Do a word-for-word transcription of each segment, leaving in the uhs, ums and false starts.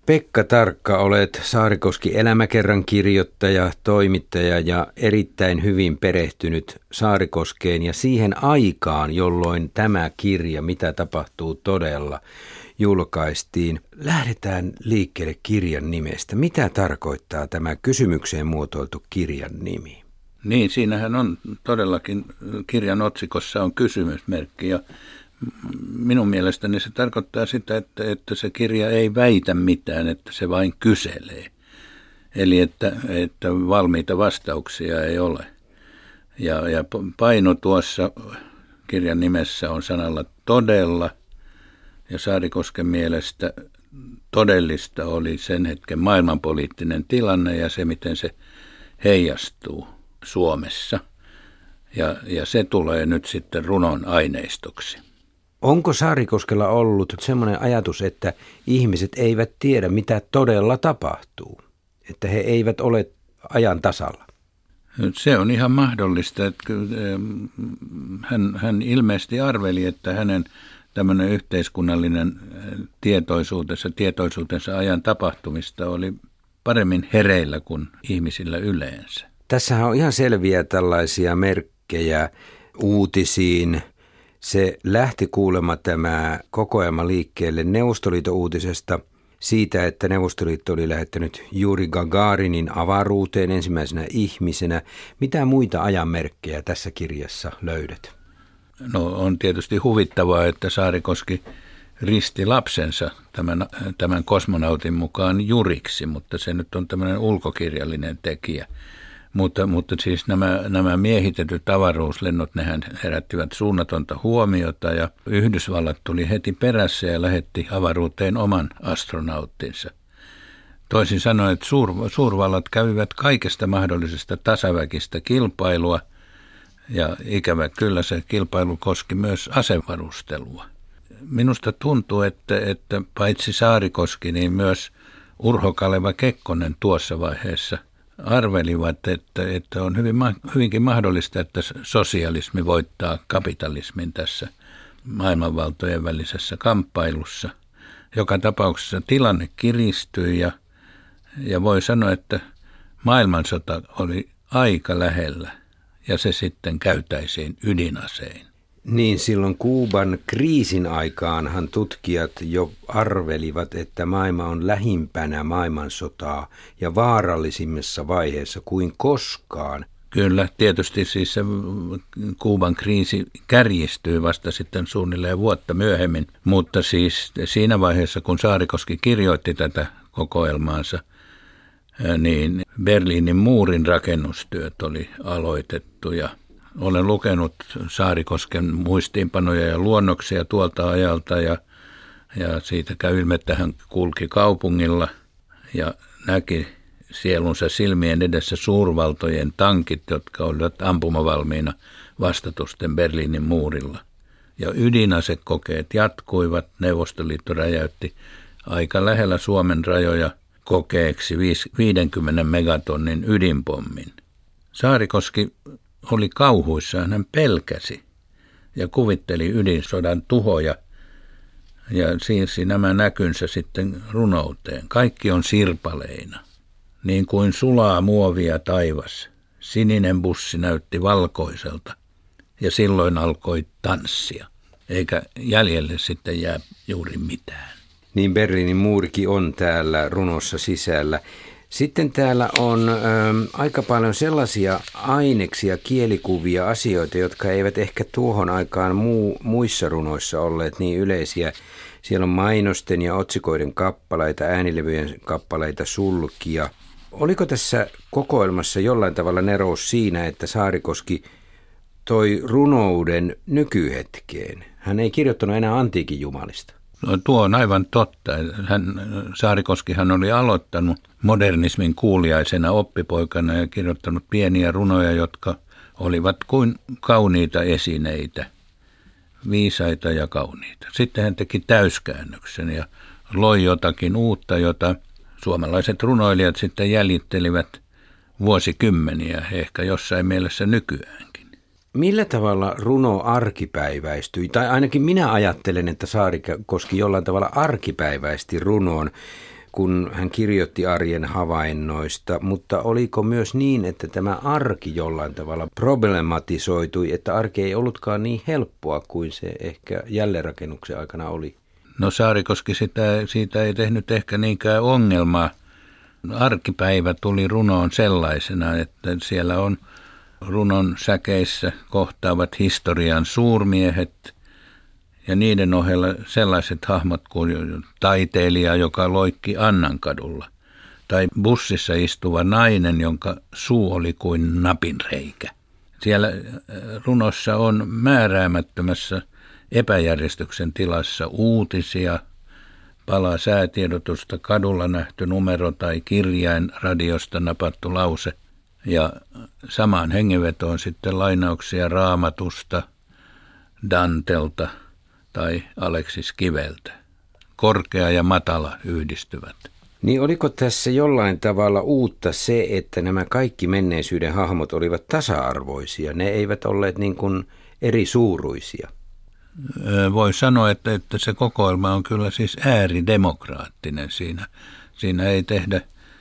Pekka Tarkka, olet Saarikoski elämäkerran kirjoittaja, toimittaja ja erittäin hyvin perehtynyt Saarikoskeen ja siihen aikaan, jolloin tämä kirja, Mitä tapahtuu todella, julkaistiin. Lähdetään liikkeelle kirjan nimestä. Mitä tarkoittaa tämä kysymykseen muotoiltu kirjan nimi? Niin, siinähän on todellakin, kirjan otsikossa on kysymysmerkki ja minun mielestäni se tarkoittaa sitä, että, että se kirja ei väitä mitään, että se vain kyselee. Eli että, että valmiita vastauksia ei ole. Ja, ja paino tuossa kirjan nimessä on sanalla todella. Ja Saarikosken mielestä todellista oli sen hetken maailmanpoliittinen tilanne ja se, miten se heijastuu Suomessa. Ja, ja se tulee nyt sitten runon aineistoksi. Onko Saarikoskella ollut semmoinen ajatus, että ihmiset eivät tiedä, mitä todella tapahtuu? Että he eivät ole ajan tasalla? Se on ihan mahdollista. Että hän, hän ilmeisesti arveli, että hänen tämmöinen yhteiskunnallinen tietoisuutensa, tietoisuutensa ajan tapahtumista oli paremmin hereillä kuin ihmisillä yleensä. Tässähän on ihan selviä tällaisia merkkejä uutisiin. Se lähti kuulemma tämä kokoelma liikkeelle Neuvostoliiton uutisesta siitä, että Neuvostoliitto oli lähettänyt Juri Gagarinin avaruuteen ensimmäisenä ihmisenä. Mitä muita ajanmerkkejä tässä kirjassa löydät? No on tietysti huvittavaa, että Saarikoski risti lapsensa tämän, tämän kosmonautin mukaan Juriksi, mutta se nyt on tämmöinen ulkokirjallinen tekijä. Mutta, mutta siis nämä, nämä miehitetyt avaruuslennot, nehän herättivät suunnatonta huomiota ja Yhdysvallat tuli heti perässä ja lähetti avaruuteen oman astronauttinsa. Toisin sanoen, että suur, suurvallat kävivät kaikesta mahdollisesta tasaväkistä kilpailua ja ikävä kyllä se kilpailu koski myös asevarustelua. Minusta tuntuu, että, että paitsi Saarikoski, niin myös Urho Kaleva Kekkonen tuossa vaiheessa arvelivat, että, että on hyvin, hyvinkin mahdollista, että sosialismi voittaa kapitalismin tässä maailmanvaltojen välisessä kamppailussa. Joka tapauksessa tilanne kiristyi ja, ja voi sanoa, että maailmansota oli aika lähellä ja se sitten käytäisiin ydinasein. Niin silloin Kuuban kriisin aikaanhan tutkijat jo arvelivat, että maailma on lähimpänä maailmansotaa ja vaarallisimmassa vaiheessa kuin koskaan. Kyllä, tietysti siis se Kuuban kriisi kärjistyy vasta sitten suunnilleen vuotta myöhemmin, mutta siis siinä vaiheessa, kun Saarikoski kirjoitti tätä kokoelmaansa, niin Berliinin muurin rakennustyöt oli aloitettu ja olen lukenut Saarikosken muistiinpanoja ja luonnoksia tuolta ajalta ja, ja siitä käy ilme, että hän kulki kaupungilla ja näki sielunsa silmien edessä suurvaltojen tankit, jotka olivat ampumavalmiina vastatusten Berliinin muurilla. Ja ydinasekokeet jatkuivat, Neuvostoliitto räjäytti aika lähellä Suomen rajoja kokeeksi viidenkymmenen megatonnin ydinpommin. Saarikoski oli kauhuissaan, hän pelkäsi ja kuvitteli ydinsodan tuhoja ja siirsi nämä näkynsä sitten runouteen. Kaikki on sirpaleina, niin kuin sulaa muovia taivas. Sininen bussi näytti valkoiselta ja silloin alkoi tanssia, eikä jäljelle sitten jää juuri mitään. Niin Berliinin muurikin on täällä runossa sisällä. Sitten täällä on ö, aika paljon sellaisia aineksia, kielikuvia, asioita, jotka eivät ehkä tuohon aikaan muu, muissa runoissa olleet niin yleisiä. Siellä on mainosten ja otsikoiden kappaleita, äänilevyjen kappaleita, sulkia. Oliko tässä kokoelmassa jollain tavalla nerous siinä, että Saarikoski toi runouden nykyhetkeen? Hän ei kirjoittanut enää antiikin jumalista. No, tuo on aivan totta. Hän, Saarikoskihan oli aloittanut modernismin kuuliaisena oppipoikana ja kirjoittanut pieniä runoja, jotka olivat kuin kauniita esineitä, viisaita ja kauniita. Sitten hän teki täyskäännöksen ja loi jotakin uutta, jota suomalaiset runoilijat sitten jäljittelivät vuosikymmeniä, ehkä jossain mielessä nykyäänkin. Millä tavalla runo arkipäiväistyi? Tai ainakin minä ajattelen, että Saarikoski jollain tavalla arkipäiväisti runoon. kun hän kirjoitti arjen havainnoista, mutta oliko myös niin, että tämä arki jollain tavalla problematisoitui, että arki ei ollutkaan niin helppoa kuin se ehkä jälleenrakennuksen aikana oli? No Saarikoski sitä, siitä ei tehnyt ehkä niinkään ongelmaa. Arkipäivä tuli runoon sellaisena, että siellä on runon säkeissä kohtaavat historian suurmiehet ja niiden ohella sellaiset hahmot kuin taiteilija, joka loikki Annankadulla, tai bussissa istuva nainen, jonka suu oli kuin napinreikä. Siellä runossa on määräämättömässä epäjärjestyksen tilassa uutisia, palaa säätiedotusta, kadulla nähty numero tai kirjain, radiosta napattu lause. Ja samaan hengenvetoon sitten lainauksia Raamatusta, Dantelta tai Aleksis Kiveltä. Korkea ja matala yhdistyvät. Niin oliko tässä jollain tavalla uutta se, että nämä kaikki menneisyyden hahmot olivat tasa-arvoisia? Ne eivät olleet niin kuin eri suuruisia. Voi sanoa, että, että se kokoelma on kyllä siis ääridemokraattinen siinä. Siinä ei tehdä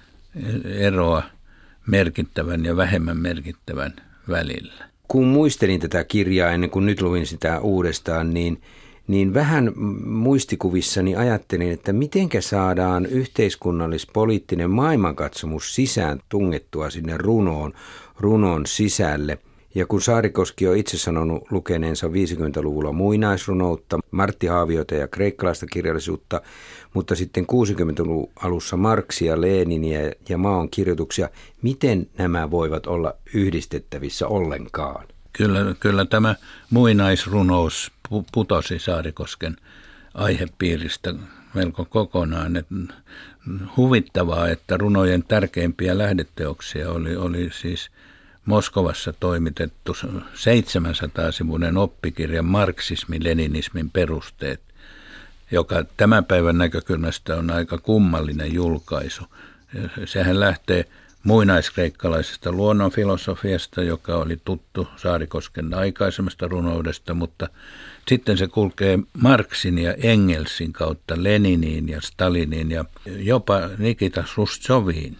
eroa merkittävän ja vähemmän merkittävän välillä. Kun muistelin tätä kirjaa ennen kuin nyt luin sitä uudestaan, niin, niin vähän muistikuvissani ajattelin, että mitenkä saadaan yhteiskunnallis-poliittinen maailmankatsomus sisään tungettua sinne runoon, runon sisälle. Ja kun Saarikoski on itse sanonut lukeneensa viisikymmentäluvulla muinaisrunoutta, Martti Haaviota ja kreikkalaista kirjallisuutta, mutta sitten kuusikymmentäluvun alussa Marksia, Leniniä ja Maon kirjoituksia, miten nämä voivat olla yhdistettävissä ollenkaan? Kyllä, kyllä tämä muinaisrunous putosi Saarikosken aihepiiristä melko kokonaan. Et huvittavaa, että runojen tärkeimpiä lähdeteoksia oli, oli siis Moskovassa toimitettu seitsemänsataa-sivuinen oppikirja Marksismi-leninismin perusteet, joka tämän päivän näkökulmasta on aika kummallinen julkaisu. Sehän lähtee muinaiskreikkalaisesta luonnonfilosofiasta, joka oli tuttu Saarikosken aikaisemmasta runoudesta, mutta sitten se kulkee Marksin ja Engelsin kautta Leniniin ja Staliniin ja jopa Nikita Hruštšoviin,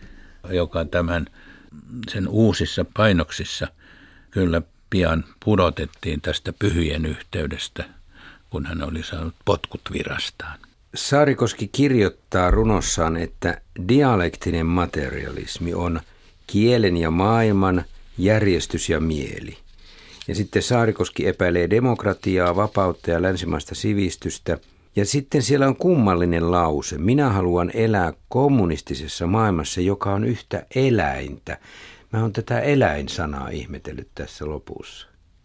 joka tämän sen uusissa painoksissa kyllä pian pudotettiin tästä pyhien yhteydestä, kun hän oli saanut potkut virastaan. Saarikoski kirjoittaa runossaan, että dialektinen materialismi on kielen ja maailman järjestys ja mieli. Ja sitten Saarikoski epäilee demokratiaa, vapautta ja länsimaista sivistystä. Ja sitten siellä on kummallinen lause. Minä haluan elää kommunistisessa maailmassa, joka on yhtä eläintä. Mä oon tätä eläinsanaa ihmetellyt tässä lopussa.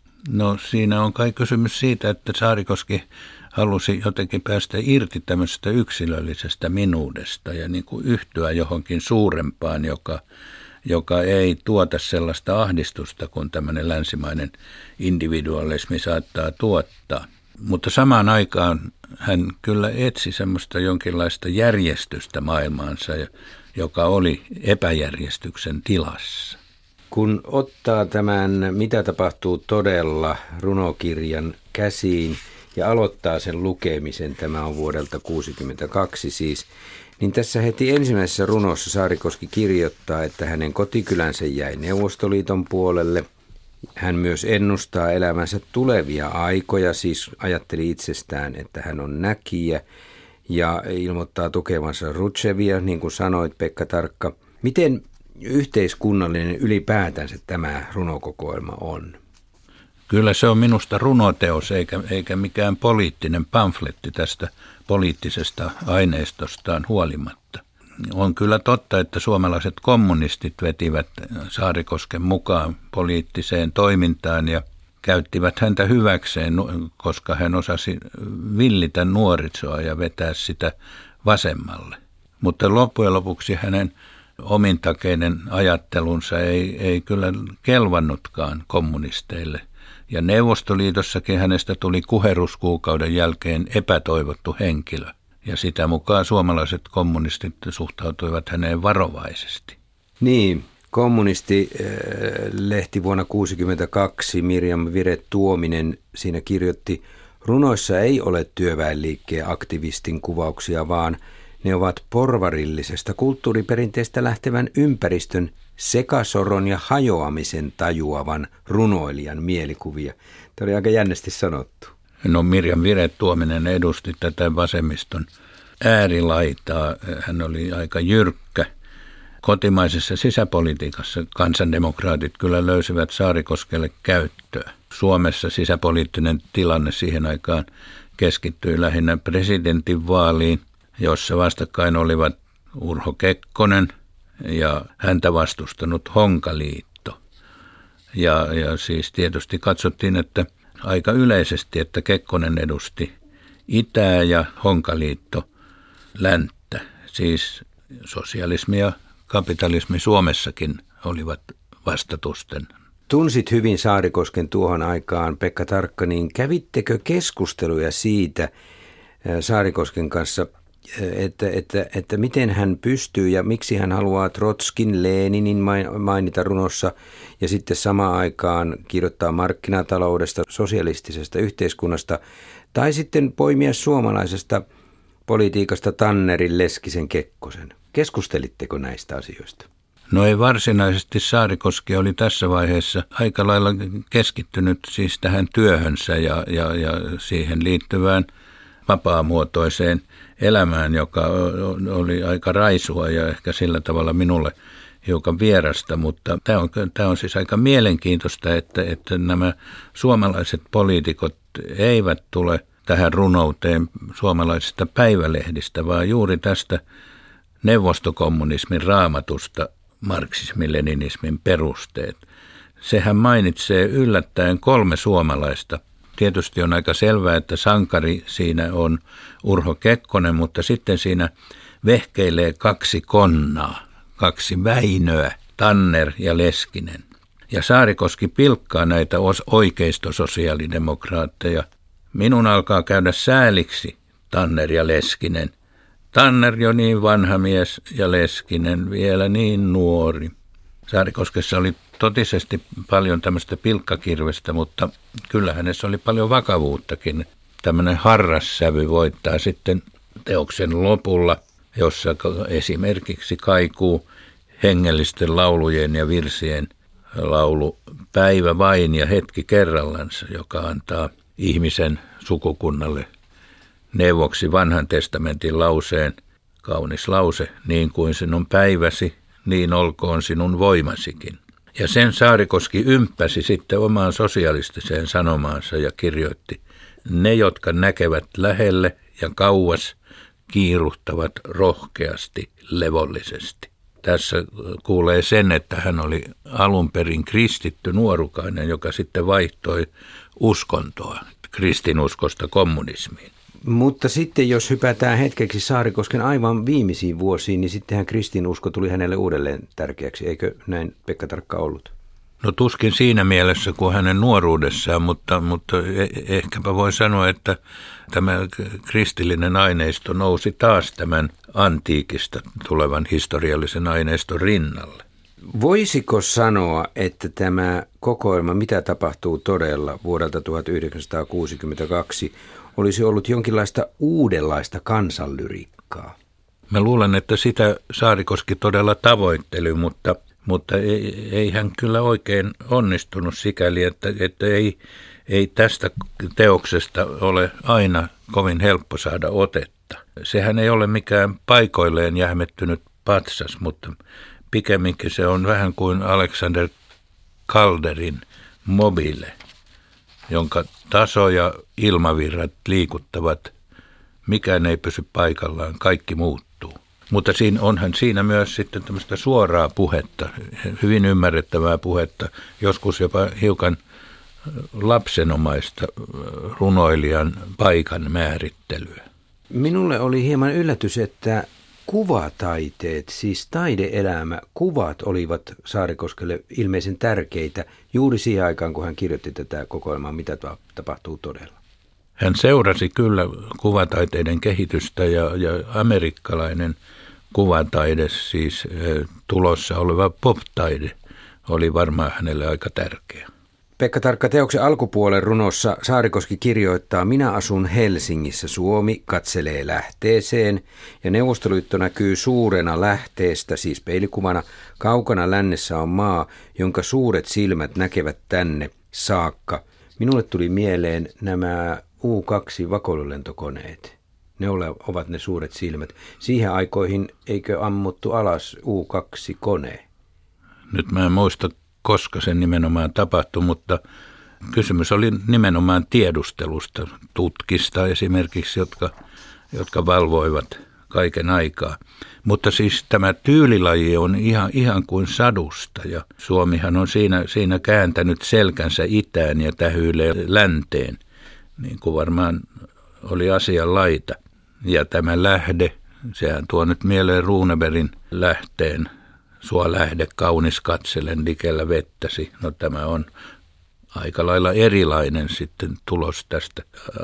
No siinä on kai kysymys siitä, että Saarikoski halusi jotenkin päästä irti tämmöisestä yksilöllisestä minuudesta ja niin kuin yhtyä johonkin suurempaan, joka, joka ei tuota sellaista ahdistusta kuin tämmöinen länsimainen individualismi saattaa tuottaa. Mutta samaan aikaan hän kyllä etsi semmoista jonkinlaista järjestystä maailmaansa, joka oli epäjärjestyksen tilassa. Kun ottaa tämän Mitä tapahtuu todella runokirjan käsiin ja aloittaa sen lukemisen, tämä on vuodelta kuusikymmentäkaksi siis, niin tässä heti ensimmäisessä runossa Saarikoski kirjoittaa, että hänen kotikylänsä jäi Neuvostoliiton puolelle. Hän myös ennustaa elämänsä tulevia aikoja, siis ajatteli itsestään, että hän on näkijä ja ilmoittaa tukevansa Hruštšovia, niin kuin sanoit Pekka Tarkka. Miten yhteiskunnallinen ylipäätänsä tämä runokokoelma on? Kyllä se on minusta runoteos eikä, eikä mikään poliittinen pamfletti tästä poliittisesta aineistostaan huolimatta. On kyllä totta, että suomalaiset kommunistit vetivät Saarikosken mukaan poliittiseen toimintaan ja käyttivät häntä hyväkseen, koska hän osasi villitä nuorisoa ja vetää sitä vasemmalle. Mutta loppujen lopuksi hänen omintakeinen ajattelunsa ei, ei kyllä kelvannutkaan kommunisteille. Ja Neuvostoliitossakin hänestä tuli kuheruskuukauden jälkeen epätoivottu henkilö. Ja sitä mukaan suomalaiset kommunistit suhtautuivat häneen varovaisesti. Niin, kommunistilehti vuonna tuhatyhdeksänsataakuusikymmentäkaksi Mirjam Vire Tuominen siinä kirjoitti, runoissa ei ole työväenliikkeen aktivistin kuvauksia, vaan Ne ovat porvarillisesta kulttuuriperinteestä lähtevän ympäristön sekasoron ja hajoamisen tajuavan runoilijan mielikuvia. Tämä oli aika jännästi sanottu. No Mirjam Vire-Tuominen edusti tätä vasemmiston äärilaitaa. Hän oli aika jyrkkä. Kotimaisessa sisäpolitiikassa kansandemokraatit kyllä löysivät Saarikoskelle käyttöä. Suomessa sisäpoliittinen tilanne siihen aikaan keskittyi lähinnä presidentinvaaliin, jossa vastakkain olivat Urho Kekkonen ja häntä vastustanut Honkaliitto. Ja, ja siis tietysti katsottiin, että aika yleisesti, että Kekkonen edusti itää ja Honkaliitto länttä. Siis sosialismi ja kapitalismi Suomessakin olivat vastatusten. Tunsit hyvin Saarikosken tuohon aikaan, Pekka Tarkka, niin kävittekö keskusteluja siitä Saarikosken kanssa, että, että, että miten hän pystyy ja miksi hän haluaa Trotskin, Leninin mainita runossa ja sitten samaan aikaan kirjoittaa markkinataloudesta, sosialistisesta yhteiskunnasta tai sitten poimia suomalaisesta politiikasta Tannerin, Leskisen, Kekkosen. Keskustelitteko näistä asioista? No ei varsinaisesti. Saarikoski oli tässä vaiheessa aika lailla keskittynyt siis tähän työhönsä ja, ja, ja siihen liittyvään vapaamuotoiseen elämään, joka oli aika raisua ja ehkä sillä tavalla minulle hiukan vierasta, mutta tämä on, tämä on siis aika mielenkiintoista, että, että nämä suomalaiset poliitikot eivät tule tähän runouteen suomalaisista päivälehdistä, vaan juuri tästä neuvostokommunismin raamatusta marksismi-leninismin perusteet. Sehän mainitsee yllättäen kolme suomalaista. Tietysti on aika selvää, että sankari siinä on Urho Kekkonen, mutta sitten siinä vehkeilee kaksi konnaa, kaksi Väinöä, Tanner ja Leskinen. Ja Saarikoski pilkkaa näitä oikeistososiaalidemokraatteja. Minun alkaa käydä sääliksi Tanner ja Leskinen. Tanner jo niin vanha mies ja Leskinen vielä niin nuori. Saarikoskessa oli totisesti paljon tämmöistä pilkkakirvestä, mutta kyllä hänessä oli paljon vakavuuttakin. Tämmöinen harrassävy voittaa sitten teoksen lopulla, jossa esimerkiksi kaikuu hengellisten laulujen ja virsien laulu Päivä vain ja hetki kerrallansa, joka antaa ihmisen sukukunnalle neuvoksi vanhan testamentin lauseen, kaunis lause, niin kuin sinun päiväsi, niin olkoon sinun voimasikin. Ja sen Saarikoski ympäsi sitten omaan sosialistiseen sanomaansa ja kirjoitti, ne, jotka näkevät lähelle ja kauas, kiiruhtavat rohkeasti, levollisesti. Tässä kuulee sen, että hän oli alun perin kristitty nuorukainen, joka sitten vaihtoi uskontoa, kristinuskosta kommunismiin. Mutta sitten jos hypätään hetkeksi Saarikosken aivan viimeisiin vuosiin, niin sittenhän kristinusko tuli hänelle uudelleen tärkeäksi. Eikö näin Pekka Tarkka ollut? No tuskin siinä mielessä kuin hänen nuoruudessaan, mutta, mutta ehkäpä voi sanoa, että tämä kristillinen aineisto nousi taas tämän antiikista tulevan historiallisen aineiston rinnalle. Voisiko sanoa, että tämä kokoelma, mitä tapahtuu todella vuodelta tuhatyhdeksänsataakuusikymmentäkaksi, olisi ollut jonkinlaista uudenlaista kansanlyriikkaa? Mä luulen, että sitä Saarikoski todella tavoitteli, mutta, mutta ei, ei hän kyllä oikein onnistunut sikäli, että, että ei, ei tästä teoksesta ole aina kovin helppo saada otetta. Sehän ei ole mikään paikoilleen jähmettynyt patsas, mutta pikemminkin se on vähän kuin Alexander Calderin mobile, jonka taso ja ilmavirrat liikuttavat. Mikään ei pysy paikallaan, kaikki muuttuu. Mutta siinä onhan siinä myös sitten tämmöistä suoraa puhetta, hyvin ymmärrettävää puhetta, joskus jopa hiukan lapsenomaista runoilijan paikan määrittelyä. Minulle oli hieman yllätys, että kuvataiteet, siis taide-elämä, kuvat olivat Saarikoskelle ilmeisen tärkeitä juuri siihen aikaan, kun hän kirjoitti tätä kokoelmaa, mitä tapahtuu todella. Hän seurasi kyllä kuvataiteiden kehitystä ja, ja amerikkalainen kuvataide, siis tulossa oleva pop-taide, oli varmaan hänelle aika tärkeä. Pekka Tarkka, teoksen alkupuolen runossa Saarikoski kirjoittaa: minä asun Helsingissä, Suomi katselee lähteeseen, ja Neuvostoliitto näkyy suurena lähteestä, siis peilikuvana. Kaukana lännessä on maa, jonka suuret silmät näkevät tänne saakka. Minulle tuli mieleen nämä U kaksi vakoilulentokoneet. Ne ovat ne suuret silmät. Siihen aikoihin eikö ammuttu alas U kaksi -kone? Nyt mä en muista, koska se nimenomaan tapahtui, mutta kysymys oli nimenomaan tiedustelusta, tutkista esimerkiksi, jotka, jotka valvoivat kaiken aikaa. Mutta siis tämä tyylilaji on ihan, ihan kuin sadusta, ja Suomihan on siinä, siinä kääntänyt selkänsä itään ja tähyilee länteen, niin kuin varmaan oli asian laita. Ja tämä lähde, sehän tuo nyt mieleen Runebergin lähteen: sua lähde kaunis katselen, likellä vettäsi. No tämä on aika lailla erilainen sitten tulos tästä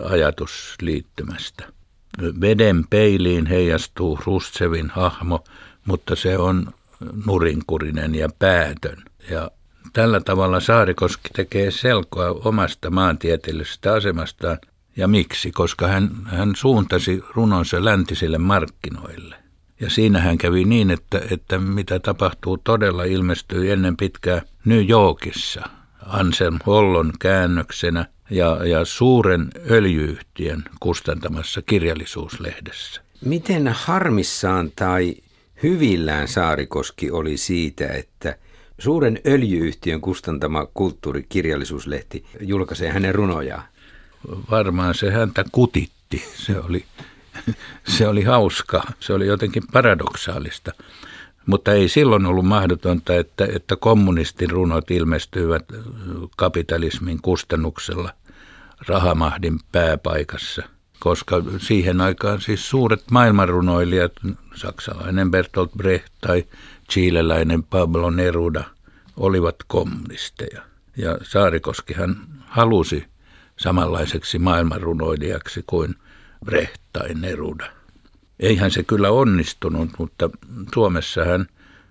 ajatusliittymästä. Veden peiliin heijastuu Hrustsevin hahmo, mutta se on nurinkurinen ja päätön. Ja tällä tavalla Saarikoski tekee selkoa omasta maantieteellisestä asemastaan. Ja miksi? Koska hän, hän suuntasi runonsa läntisille markkinoille. Ja siinähän kävi niin, että, että mitä tapahtuu todella ilmestyi ennen pitkää New Yorkissa Anselm Hollon käännöksenä ja, ja suuren öljyyhtiön kustantamassa kirjallisuuslehdessä. Miten harmissaan tai hyvillään Saarikoski oli siitä, että suuren öljyyhtiön kustantama kulttuurikirjallisuuslehti julkaisee hänen runojaan? Varmaan se häntä kutitti. Se oli, se oli hauskaa. Se oli jotenkin paradoksaalista. Mutta ei silloin ollut mahdotonta, että, että kommunistin runot ilmestyivät kapitalismin kustannuksella rahamahdin pääpaikassa. Koska siihen aikaan siis suuret maailmanrunoilijat, saksalainen Bertolt Brecht tai chileläinen Pablo Neruda, olivat kommunisteja. Ja Saarikoskihan halusi samanlaiseksi maailmanrunoilijaksi kuin Brecht tai Neruda. Eihän se kyllä onnistunut, mutta Suomessa hän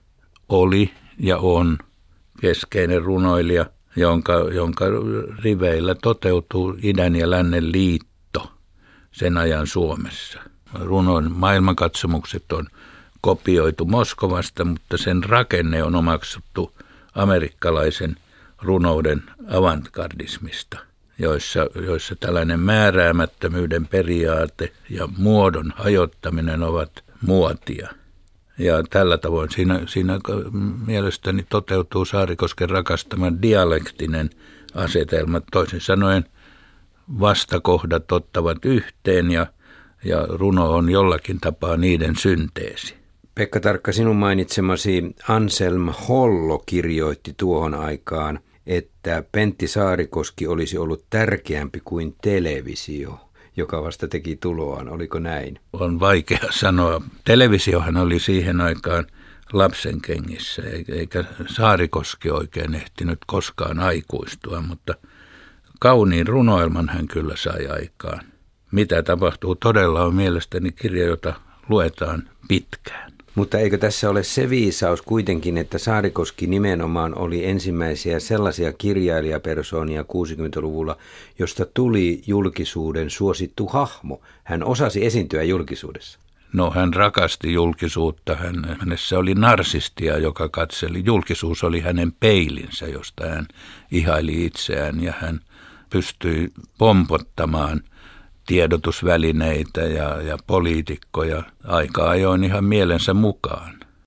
oli ja on keskeinen runoilija, jonka, jonka riveillä toteutuu idän ja lännen liitto sen ajan Suomessa. Runon maailmankatsomukset on kopioitu Moskovasta, mutta sen rakenne on omaksuttu amerikkalaisen runouden avantgardismista, joissa, joissa tällainen määräämättömyyden periaate ja muodon hajottaminen ovat muotia. Ja tällä tavoin siinä, siinä mielestäni toteutuu Saarikosken rakastama dialektinen asetelma. Toisin sanoen vastakohdat ottavat yhteen ja, ja runo on jollakin tapaa niiden synteesi. Pekka Tarkka, sinun mainitsemasi Anselm Hollo kirjoitti tuohon aikaan, että Pentti Saarikoski olisi ollut tärkeämpi kuin televisio, joka vasta teki tuloaan. Oliko näin? On vaikea sanoa. Televisiohan oli siihen aikaan lapsenkengissä, eikä Saarikoski oikein ehtinyt koskaan aikuistua, mutta kauniin runoilman hän kyllä sai aikaan. Mitä tapahtuu todella on mielestäni kirja, jota luetaan pitkään. Mutta eikö tässä ole se viisaus kuitenkin, että Saarikoski nimenomaan oli ensimmäisiä sellaisia kirjailijapersoonia kuusikymmentäluvulla, josta tuli julkisuuden suosittu hahmo. Hän osasi esiintyä julkisuudessa. No hän rakasti julkisuutta. Hän, hänessä oli narsistia, joka katseli. Julkisuus oli hänen peilinsä, josta hän ihaili itseään ja hän pystyi pompottamaan tiedotusvälineitä ja, ja poliitikkoja aika ajoin ihan mielensä mukaan.